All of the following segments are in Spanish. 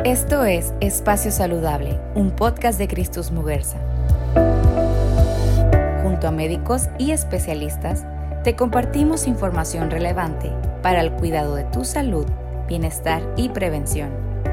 Esto es Espacio Saludable, un podcast de Cristus Muguerza. Junto a médicos y especialistas, te compartimos información relevante para el cuidado de tu salud, bienestar y prevención.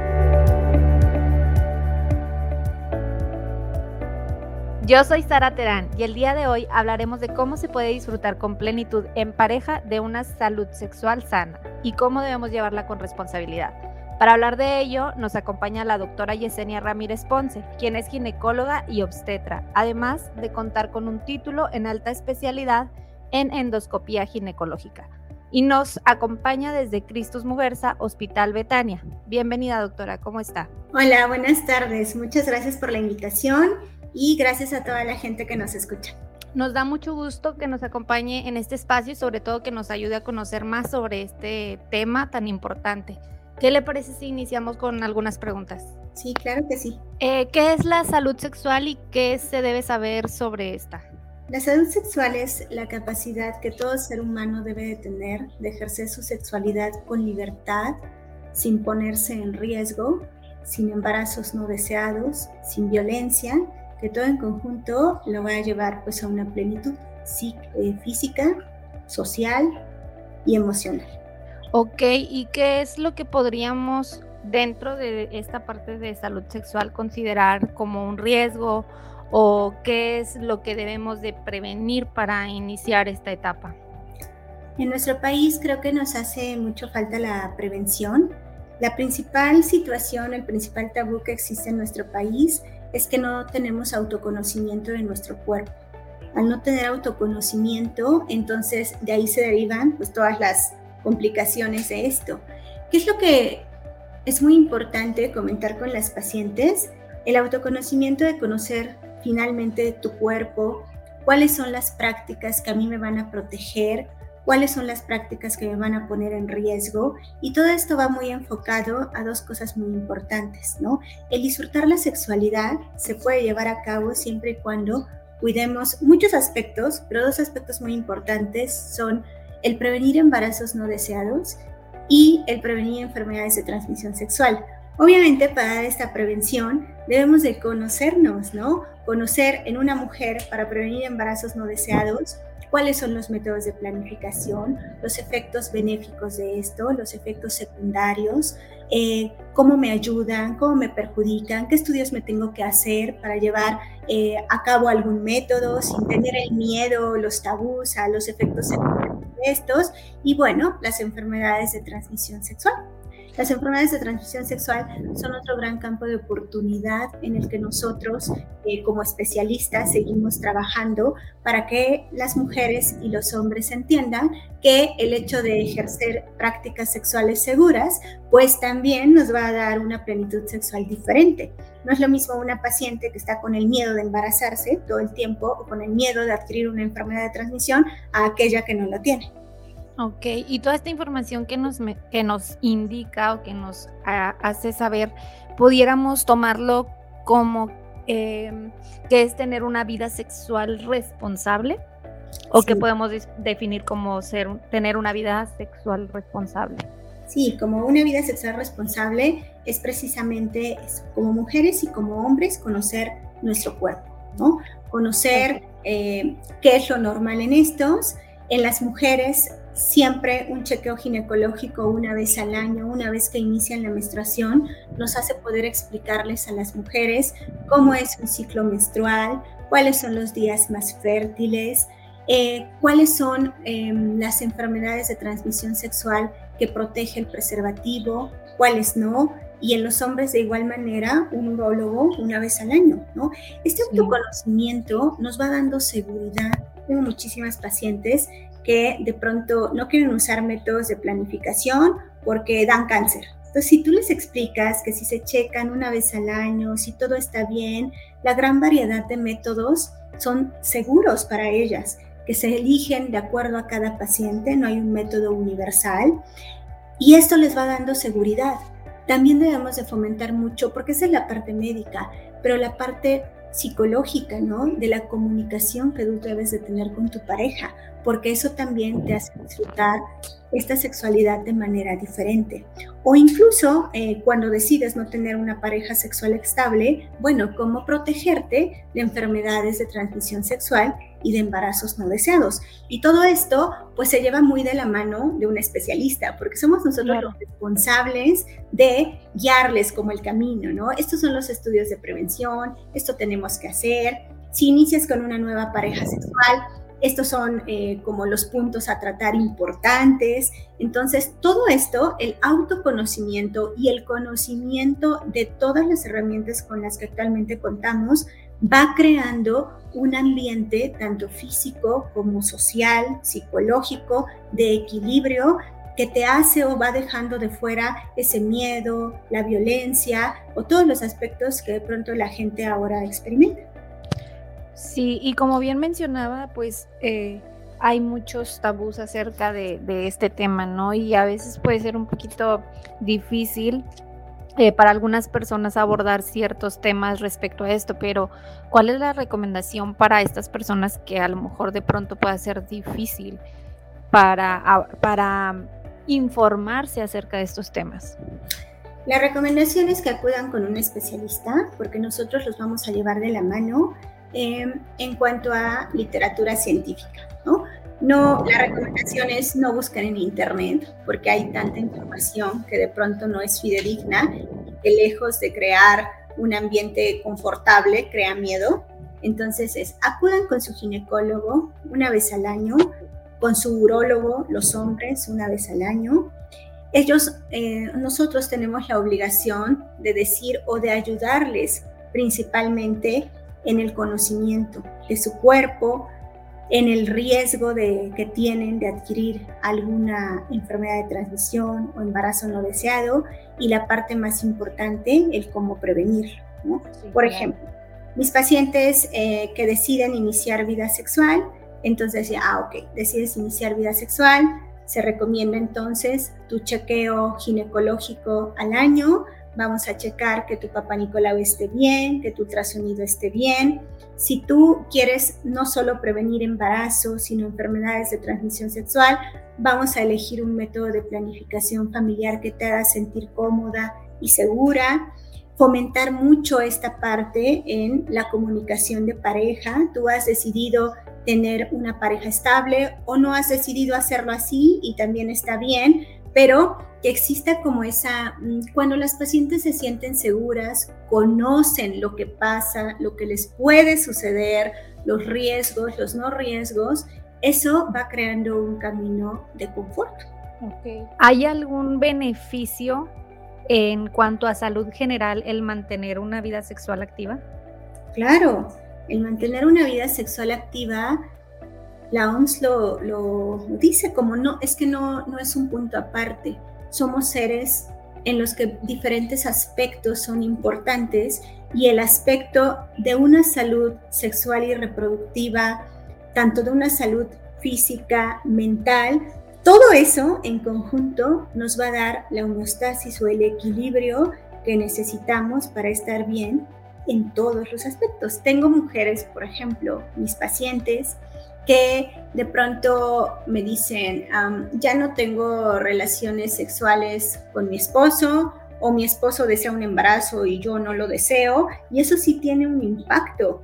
Yo soy Sara Terán y el día de hoy hablaremos de cómo se puede disfrutar con plenitud en pareja de una salud sexual sana y cómo debemos llevarla con responsabilidad. Para hablar de ello, nos acompaña la doctora Yesenia Ramírez Ponce, quien es ginecóloga y obstetra, además de contar con un título en alta especialidad en endoscopía ginecológica. Y nos acompaña desde Cristus Muguerza, Hospital Betania. Bienvenida, doctora, ¿cómo está? Hola, buenas tardes. Muchas gracias por la invitación y gracias a toda la gente que nos escucha. Nos da mucho gusto que nos acompañe en este espacio y sobre todo que nos ayude a conocer más sobre este tema tan importante. ¿Qué le parece si iniciamos con algunas preguntas? Sí, claro que sí. ¿Qué es la salud sexual y qué se debe saber sobre esta? La salud sexual es la capacidad que todo ser humano debe de tener de ejercer su sexualidad con libertad, sin ponerse en riesgo, sin embarazos no deseados, sin violencia, que todo en conjunto lo va a llevar pues a una plenitud física, social y emocional. Ok, ¿y qué es lo que podríamos dentro de esta parte de salud sexual considerar como un riesgo o qué es lo que debemos de prevenir para iniciar esta etapa? En nuestro país creo que nos hace mucho falta la prevención. La principal situación, el principal tabú que existe en nuestro país es que no tenemos autoconocimiento de nuestro cuerpo. Al no tener autoconocimiento, entonces de ahí se derivan pues todas las complicaciones de esto. ¿Qué es lo que es muy importante comentar con las pacientes? El autoconocimiento de conocer finalmente tu cuerpo, cuáles son las prácticas que a mí me van a proteger, cuáles son las prácticas que me van a poner en riesgo, y todo esto va muy enfocado a dos cosas muy importantes, ¿no? El disfrutar la sexualidad se puede llevar a cabo siempre y cuando cuidemos muchos aspectos, pero dos aspectos muy importantes son el prevenir embarazos no deseados y el prevenir enfermedades de transmisión sexual. Obviamente, para dar esta prevención debemos de conocernos, ¿no? Conocer en una mujer para prevenir embarazos no deseados cuáles son los métodos de planificación, los efectos benéficos de esto, los efectos secundarios, cómo me ayudan, cómo me perjudican, qué estudios me tengo que hacer para llevar a cabo algún método sin tener el miedo, los tabús a los efectos secundarios de estos, y bueno, las enfermedades de transmisión sexual. Las enfermedades de transmisión sexual son otro gran campo de oportunidad en el que nosotros, como especialistas, seguimos trabajando para que las mujeres y los hombres entiendan que el hecho de ejercer prácticas sexuales seguras, pues también nos va a dar una plenitud sexual diferente. No es lo mismo una paciente que está con el miedo de embarazarse todo el tiempo o con el miedo de adquirir una enfermedad de transmisión a aquella que no lo tiene. Ok, y toda esta información que nos indica o que nos hace saber, pudiéramos tomarlo como que es tener una vida sexual responsable, o sí, que podemos definir como tener una vida sexual responsable. Sí, como una vida sexual responsable es precisamente eso, como mujeres y como hombres conocer nuestro cuerpo, ¿no? Conocer qué es lo normal en estos. En las mujeres siempre un chequeo ginecológico una vez al año, una vez que inician la menstruación, nos hace poder explicarles a las mujeres cómo es un ciclo menstrual, cuáles son los días más fértiles, cuáles son las enfermedades de transmisión sexual que protege el preservativo, cuáles no, y en los hombres de igual manera un urólogo una vez al año, ¿no? Este autoconocimiento nos va dando seguridad. Tengo muchísimas pacientes que de pronto no quieren usar métodos de planificación porque dan cáncer. Entonces, si tú les explicas que si se checan una vez al año, si todo está bien, la gran variedad de métodos son seguros para ellas, que se eligen de acuerdo a cada paciente, no hay un método universal, y esto les va dando seguridad. También debemos de fomentar mucho, porque esa es la parte médica, pero la parte psicológica, ¿no? De la comunicación que tú debes de tener con tu pareja, porque eso también te hace disfrutar esta sexualidad de manera diferente. O incluso cuando decides no tener una pareja sexual estable, bueno, cómo protegerte de enfermedades de transmisión sexual y de embarazos no deseados. Y todo esto pues se lleva muy de la mano de un especialista, porque somos nosotros los responsables de guiarles como el camino, ¿no? Estos son los estudios de prevención, esto tenemos que hacer. Si inicias con una nueva pareja sexual, estos son como los puntos a tratar importantes. Entonces, todo esto, el autoconocimiento y el conocimiento de todas las herramientas con las que actualmente contamos, va creando un ambiente tanto físico como social, psicológico, de equilibrio, que te hace o va dejando de fuera ese miedo, la violencia o todos los aspectos que de pronto la gente ahora experimenta. Sí, y como bien mencionaba, pues hay muchos tabús acerca de este tema, ¿no? Y a veces puede ser un poquito difícil para algunas personas abordar ciertos temas respecto a esto, pero ¿cuál es la recomendación para estas personas que a lo mejor de pronto pueda ser difícil para informarse acerca de estos temas? La recomendación es que acudan con un especialista, porque nosotros los vamos a llevar de la mano en cuanto a literatura científica, ¿no? La recomendación es no buscar en internet, porque hay tanta información que de pronto no es fidedigna, que lejos de crear un ambiente confortable, crea miedo. Entonces acudan con su ginecólogo una vez al año, con su urólogo, los hombres, una vez al año. Nosotros tenemos la obligación de decir o de ayudarles principalmente en el conocimiento de su cuerpo, en el riesgo que tienen de adquirir alguna enfermedad de transmisión o embarazo no deseado, y la parte más importante, el cómo prevenirlo, ¿no? Sí, por ejemplo, mis pacientes que deciden iniciar vida sexual, entonces decides iniciar vida sexual, se recomienda entonces tu chequeo ginecológico al año. Vamos a checar que tu Papá Nicolau esté bien, que tu ultrasonido esté bien. Si tú quieres no solo prevenir embarazos, sino enfermedades de transmisión sexual, vamos a elegir un método de planificación familiar que te haga sentir cómoda y segura. Fomentar mucho esta parte en la comunicación de pareja. Tú has decidido tener una pareja estable o no has decidido hacerlo así y también está bien, pero que exista como cuando las pacientes se sienten seguras, conocen lo que pasa, lo que les puede suceder, los riesgos, los no riesgos, eso va creando un camino de confort. Okay. ¿Hay algún beneficio en cuanto a salud general el mantener una vida sexual activa? Claro, el mantener una vida sexual activa, la OMS lo dice como no es un punto aparte. Somos seres en los que diferentes aspectos son importantes, y el aspecto de una salud sexual y reproductiva, tanto de una salud física, mental, todo eso en conjunto nos va a dar la homeostasis o el equilibrio que necesitamos para estar bien en todos los aspectos. Tengo mujeres, por ejemplo, mis pacientes, que de pronto me dicen, ya no tengo relaciones sexuales con mi esposo, o mi esposo desea un embarazo y yo no lo deseo, y eso sí tiene un impacto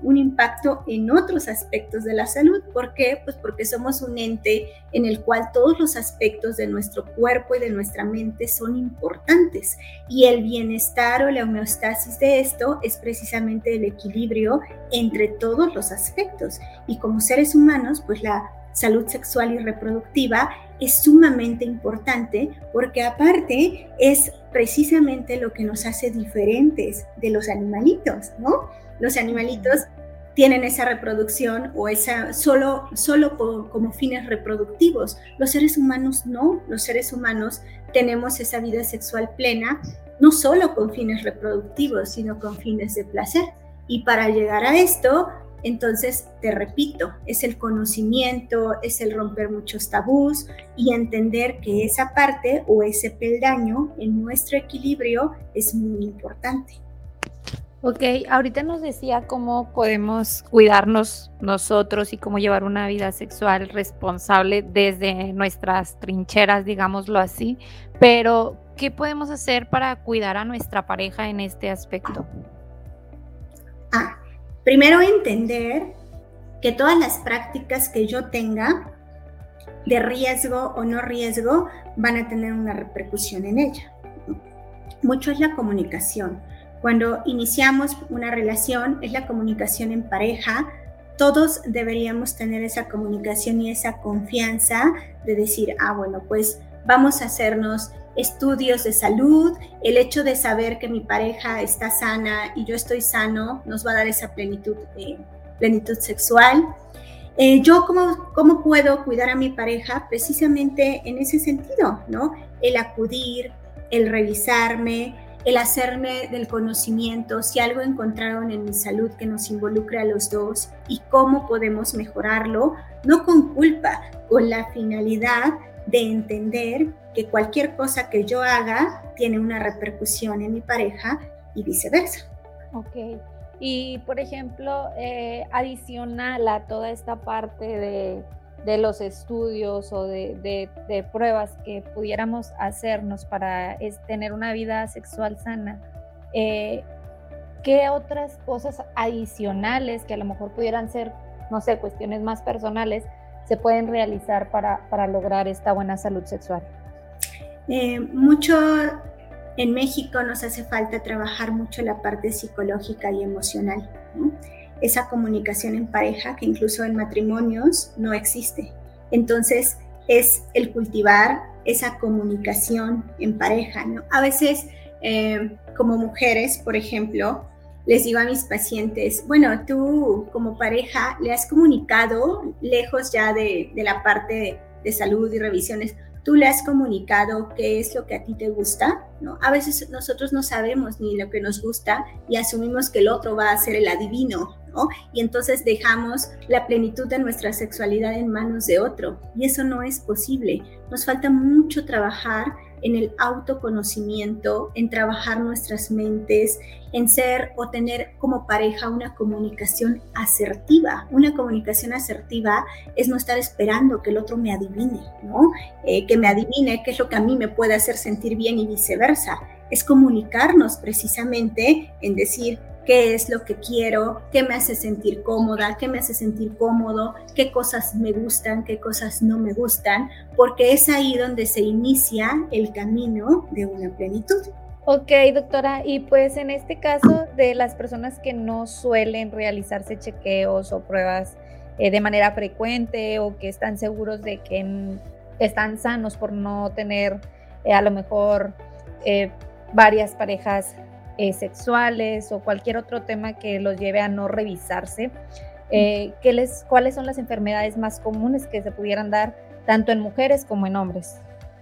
en otros aspectos de la salud. ¿Por qué? Pues porque somos un ente en el cual todos los aspectos de nuestro cuerpo y de nuestra mente son importantes, y el bienestar o la homeostasis de esto es precisamente el equilibrio entre todos los aspectos, y como seres humanos, pues la salud sexual y reproductiva es sumamente importante, porque aparte es precisamente lo que nos hace diferentes de los animalitos, ¿no? Los animalitos tienen esa reproducción o esa solo como fines reproductivos. Los seres humanos no. Los seres humanos tenemos esa vida sexual plena, no solo con fines reproductivos, sino con fines de placer. Y para llegar a esto, entonces, te repito, es el conocimiento, es el romper muchos tabús y entender que esa parte o ese peldaño en nuestro equilibrio es muy importante. Ok, ahorita nos decía cómo podemos cuidarnos nosotros y cómo llevar una vida sexual responsable desde nuestras trincheras, digámoslo así, pero ¿qué podemos hacer para cuidar a nuestra pareja en este aspecto? Primero entender que todas las prácticas que yo tenga, de riesgo o no riesgo, van a tener una repercusión en ella. Mucho es la comunicación. Cuando iniciamos una relación, es la comunicación en pareja. Todos deberíamos tener esa comunicación y esa confianza de decir, bueno, pues vamos a hacernos estudios de salud. El hecho de saber que mi pareja está sana y yo estoy sano nos va a dar esa plenitud sexual. Yo ¿cómo puedo cuidar a mi pareja? Precisamente en ese sentido, ¿no? El acudir, el revisarme, el hacerme del conocimiento, si algo encontraron en mi salud que nos involucre a los dos y cómo podemos mejorarlo, no con culpa, con la finalidad de entender que cualquier cosa que yo haga tiene una repercusión en mi pareja y viceversa. Ok. Y, por ejemplo, adicional a toda esta parte de los estudios o de pruebas que pudiéramos hacernos para tener una vida sexual sana, ¿qué otras cosas adicionales que a lo mejor pudieran ser, no sé, cuestiones más personales, se pueden realizar para lograr esta buena salud sexual? Mucho en México nos hace falta trabajar mucho la parte psicológica y emocional, ¿no? Esa comunicación en pareja que incluso en matrimonios no existe. Entonces es el cultivar esa comunicación en pareja, ¿no? A veces como mujeres, por ejemplo, les digo a mis pacientes, bueno, tú como pareja le has comunicado, lejos ya de la parte de salud y revisiones, tú le has comunicado qué es lo que a ti te gusta, ¿no? A veces nosotros no sabemos ni lo que nos gusta y asumimos que el otro va a ser el adivino, ¿no? Y entonces dejamos la plenitud de nuestra sexualidad en manos de otro y eso no es posible. Nos falta mucho trabajar en el autoconocimiento, en trabajar nuestras mentes, en ser o tener como pareja una comunicación asertiva. Una comunicación asertiva es no estar esperando que el otro me adivine, ¿no? Que me adivine qué es lo que a mí me puede hacer sentir bien y viceversa. Es comunicarnos precisamente en decir qué es lo que quiero, qué me hace sentir cómoda, qué me hace sentir cómodo, qué cosas me gustan, qué cosas no me gustan, porque es ahí donde se inicia el camino de una plenitud. Ok, doctora, y pues en este caso de las personas que no suelen realizarse chequeos o pruebas de manera frecuente o que están seguros de que están sanos por no tener a lo mejor varias parejas sexuales o cualquier otro tema que los lleve a no revisarse, ¿cuáles son las enfermedades más comunes que se pudieran dar tanto en mujeres como en hombres?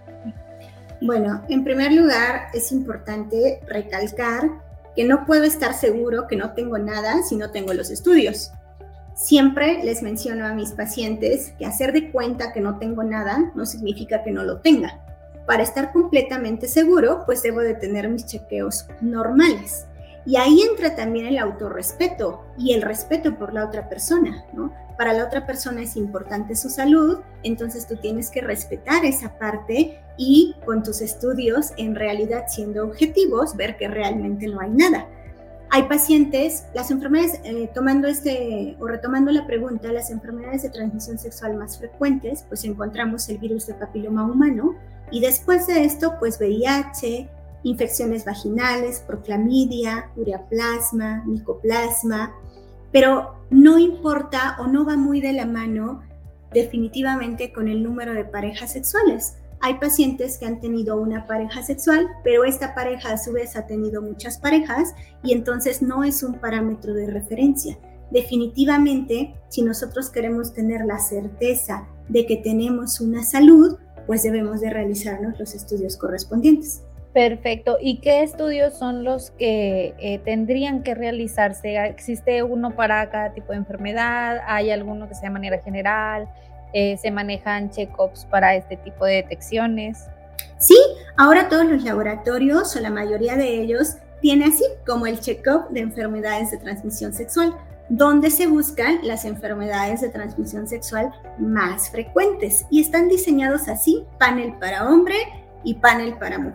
Bueno, en primer lugar es importante recalcar que no puedo estar seguro que no tengo nada si no tengo los estudios. Siempre les menciono a mis pacientes que hacer de cuenta que no tengo nada no significa que no lo tenga. Para estar completamente seguro, pues debo de tener mis chequeos normales. Y ahí entra también el autorrespeto y el respeto por la otra persona, ¿no? Para la otra persona es importante su salud, entonces tú tienes que respetar esa parte y con tus estudios, en realidad siendo objetivos, ver que realmente no hay nada. Hay pacientes, las enfermedades, retomando la pregunta, las enfermedades de transmisión sexual más frecuentes, pues encontramos el virus de papiloma humano y después de esto, pues VIH, infecciones vaginales, proclamidia, ureaplasma, micoplasma, pero no importa o no va muy de la mano definitivamente con el número de parejas sexuales. Hay pacientes que han tenido una pareja sexual, pero esta pareja a su vez ha tenido muchas parejas y entonces no es un parámetro de referencia. Definitivamente, si nosotros queremos tener la certeza de que tenemos una salud, pues debemos de realizarnos los estudios correspondientes. Perfecto. ¿Y qué estudios son los que tendrían que realizarse? ¿Existe uno para cada tipo de enfermedad? ¿Hay alguno que sea de manera general? ¿Se manejan check-ups para este tipo de detecciones? Sí, ahora todos los laboratorios o la mayoría de ellos tienen así como el check-up de enfermedades de transmisión sexual, donde se buscan las enfermedades de transmisión sexual más frecuentes y están diseñados así, panel para hombre y panel para mujer.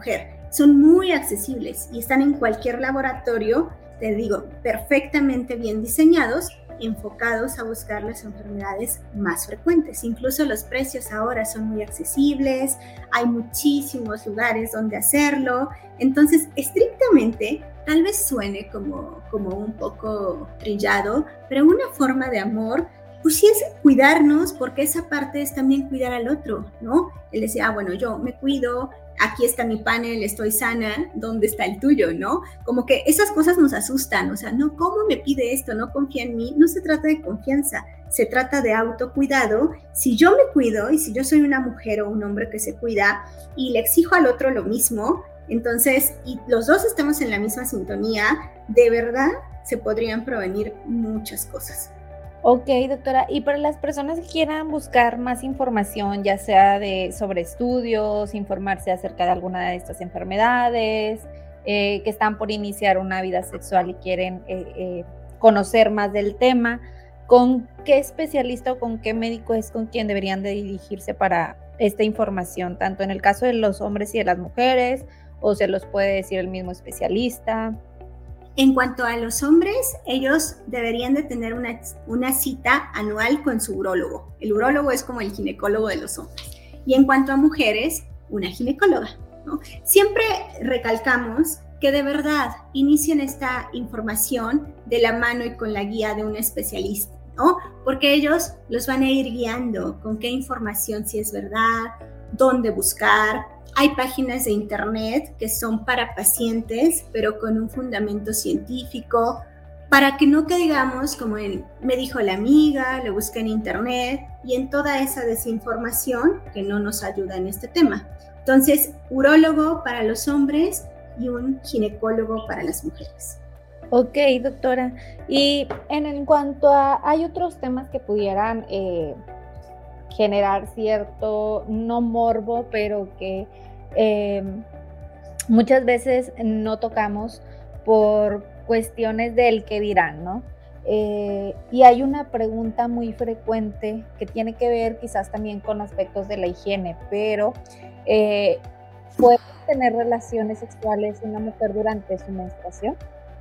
son muy accesibles y están en cualquier laboratorio, te digo, perfectamente bien diseñados, enfocados a buscar las enfermedades más frecuentes. Incluso los precios ahora son muy accesibles, hay muchísimos lugares donde hacerlo. Entonces, estrictamente, tal vez suene como un poco trillado, pero una forma de amor, pues sí es cuidarnos, porque esa parte es también cuidar al otro, ¿no? Él decía, bueno, yo me cuido, aquí está mi panel, estoy sana, ¿dónde está el tuyo, no? Como que esas cosas nos asustan, o sea, no, ¿cómo me pide esto? No confía en mí. No se trata de confianza, se trata de autocuidado. Si yo me cuido y si yo soy una mujer o un hombre que se cuida y le exijo al otro lo mismo, entonces, y los dos estamos en la misma sintonía, de verdad se podrían prevenir muchas cosas. Ok, doctora. Y para las personas que quieran buscar más información, ya sea sobre estudios, informarse acerca de alguna de estas enfermedades, que están por iniciar una vida sexual y quieren conocer más del tema, ¿con qué especialista o con qué médico es con quien deberían de dirigirse para esta información, tanto en el caso de los hombres y de las mujeres, o se los puede decir el mismo especialista? En cuanto a los hombres, ellos deberían de tener una cita anual con su urólogo. El urólogo es como el ginecólogo de los hombres. Y en cuanto a mujeres, una ginecóloga, ¿no? Siempre recalcamos que de verdad inicien esta información de la mano y con la guía de un especialista, ¿no? Porque ellos los van a ir guiando con qué información, si es verdad, dónde buscar. Hay páginas de internet que son para pacientes, pero con un fundamento científico, para que no caigamos como en me dijo la amiga, lo busqué en internet, y en toda esa desinformación que no nos ayuda en este tema. Entonces, urólogo para los hombres y un ginecólogo para las mujeres. Ok, doctora. Y en cuanto a, hay otros temas que pudieran generar cierto, no morbo, pero que muchas veces no tocamos por cuestiones del qué dirán, ¿no? Y hay una pregunta muy frecuente que tiene que ver quizás también con aspectos de la higiene, pero ¿puede tener relaciones sexuales una mujer durante su menstruación?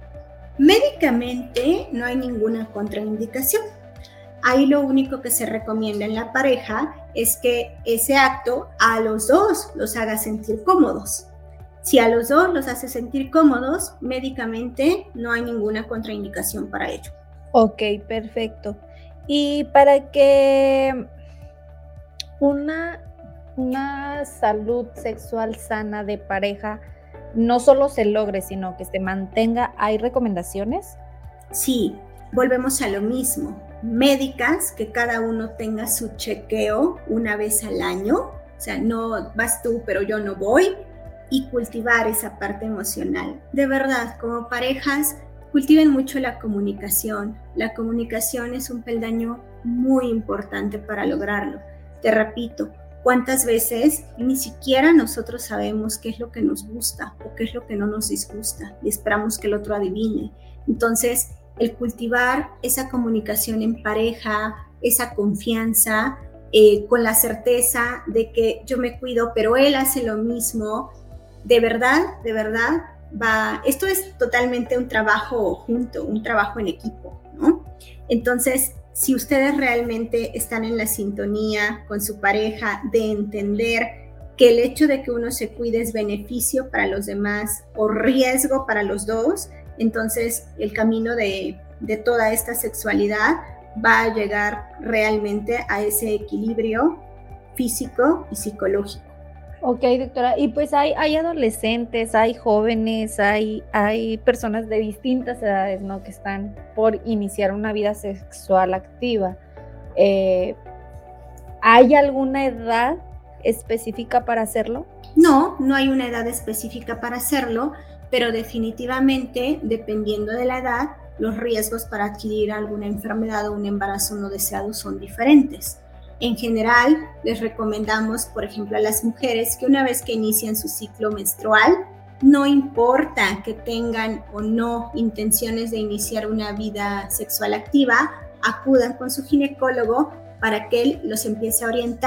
Médicamente no hay ninguna contraindicación. Ahí lo único que se recomienda en la pareja es que ese acto a los dos los haga sentir cómodos. Si a los dos los hace sentir cómodos, médicamente no hay ninguna contraindicación para ello. Ok, perfecto. Y para que una salud sexual sana de pareja no solo se logre, sino que se mantenga, ¿hay recomendaciones? Sí, volvemos a lo mismo. Médicas, que cada uno tenga su chequeo una vez al año, o sea, no vas tú, pero yo no voy, y cultivar esa parte emocional. De verdad, como parejas, cultiven mucho la comunicación. La comunicación es un peldaño muy importante para lograrlo. Te repito, ¿cuántas veces ni siquiera nosotros sabemos qué es lo que nos gusta o qué es lo que no nos disgusta y esperamos que el otro adivine? Entonces, el cultivar esa comunicación en pareja, esa confianza, con la certeza de que yo me cuido, pero él hace lo mismo, de verdad, va. Esto es totalmente un trabajo junto, un trabajo en equipo, ¿no? Entonces, si ustedes realmente están en la sintonía con su pareja de entender que el hecho de que uno se cuide es beneficio para los demás o riesgo para los dos, entonces el camino de toda esta sexualidad va a llegar realmente a ese equilibrio físico y psicológico. Ok, doctora. Y pues hay adolescentes, hay jóvenes, hay personas de distintas edades, ¿no?, que están por iniciar una vida sexual activa. ¿Hay alguna edad específica para hacerlo? No hay una edad específica para hacerlo, pero definitivamente, dependiendo de la edad, los riesgos para adquirir alguna enfermedad o un embarazo no deseado son diferentes. En general, les recomendamos, por ejemplo, a las mujeres que una vez que inician su ciclo menstrual, no importa que tengan o no intenciones de iniciar una vida sexual activa, acudan con su ginecólogo para que él los empiece a orientar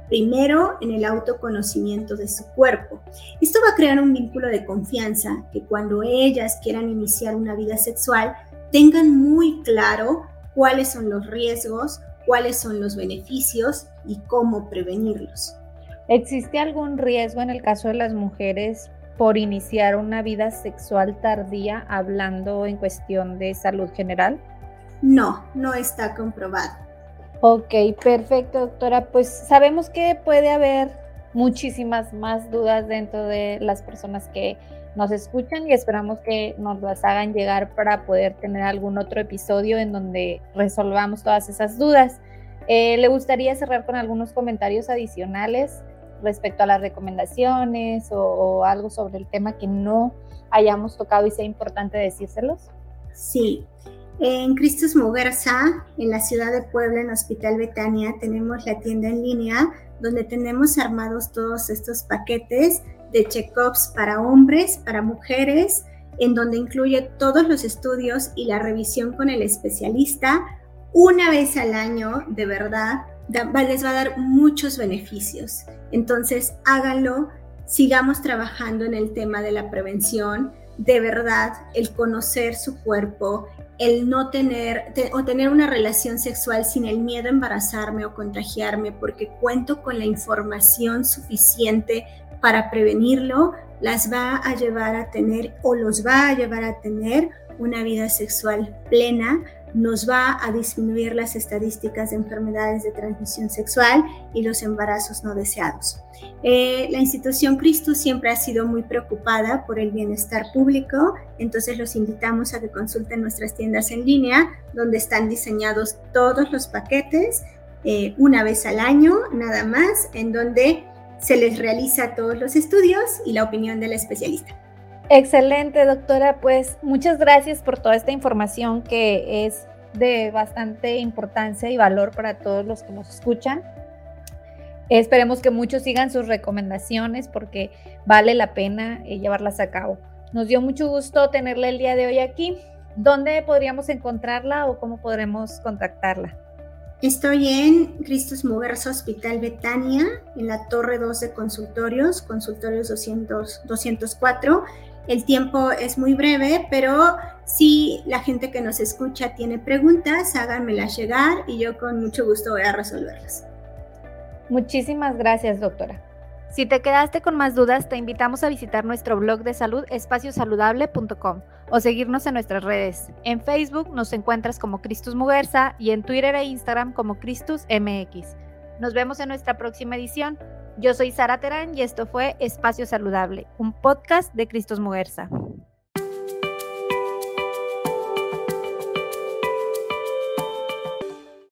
primero en el autoconocimiento de su cuerpo. Esto va a crear un vínculo de confianza que cuando ellas quieran iniciar una vida sexual tengan muy claro cuáles son los riesgos, cuáles son los beneficios y cómo prevenirlos. ¿Existe algún riesgo en el caso de las mujeres por iniciar una vida sexual tardía, hablando en cuestión de salud general? No, no está comprobado. Ok, perfecto, doctora. Pues sabemos que puede haber muchísimas más dudas dentro de las personas que nos escuchan y esperamos que nos las hagan llegar para poder tener algún otro episodio en donde resolvamos todas esas dudas. ¿Le gustaría cerrar con algunos comentarios adicionales respecto a las recomendaciones o algo sobre el tema que no hayamos tocado y sea importante decírselos? Sí. En Cristus Muguerza, en la ciudad de Puebla, en Hospital Betania, tenemos la tienda en línea donde tenemos armados todos estos paquetes de check-ups para hombres, para mujeres, en donde incluye todos los estudios y la revisión con el especialista una vez al año. De verdad, les va a dar muchos beneficios. Entonces, háganlo, sigamos trabajando en el tema de la prevención. De verdad, el conocer su cuerpo, el no tener una relación sexual sin el miedo a embarazarme o contagiarme porque cuento con la información suficiente para prevenirlo, las va a llevar a tener o los va a llevar a tener una vida sexual plena, nos va a disminuir las estadísticas de enfermedades de transmisión sexual y los embarazos no deseados. La institución Cristus siempre ha sido muy preocupada por el bienestar público, entonces los invitamos a que consulten nuestras tiendas en línea, donde están diseñados todos los paquetes, una vez al año nada más, en donde se les realiza todos los estudios y la opinión del especialista. Excelente, doctora. Pues muchas gracias por toda esta información que es de bastante importancia y valor para todos los que nos escuchan. Esperemos que muchos sigan sus recomendaciones porque vale la pena llevarlas a cabo. Nos dio mucho gusto tenerla el día de hoy aquí. ¿Dónde podríamos encontrarla o cómo podremos contactarla? Estoy en Cristus Muguerza Hospital Betania, en la Torre 2 de consultorios 204. El tiempo es muy breve, pero si la gente que nos escucha tiene preguntas, háganmelas llegar y yo con mucho gusto voy a resolverlas. Muchísimas gracias, doctora. Si te quedaste con más dudas, te invitamos a visitar nuestro blog de salud espaciosaludable.com o seguirnos en nuestras redes. En Facebook nos encuentras como Cristus Muguerza y en Twitter e Instagram como Cristus MX. Nos vemos en nuestra próxima edición. Yo soy Sara Terán y esto fue Espacio Saludable, un podcast de Cristus Muguerza.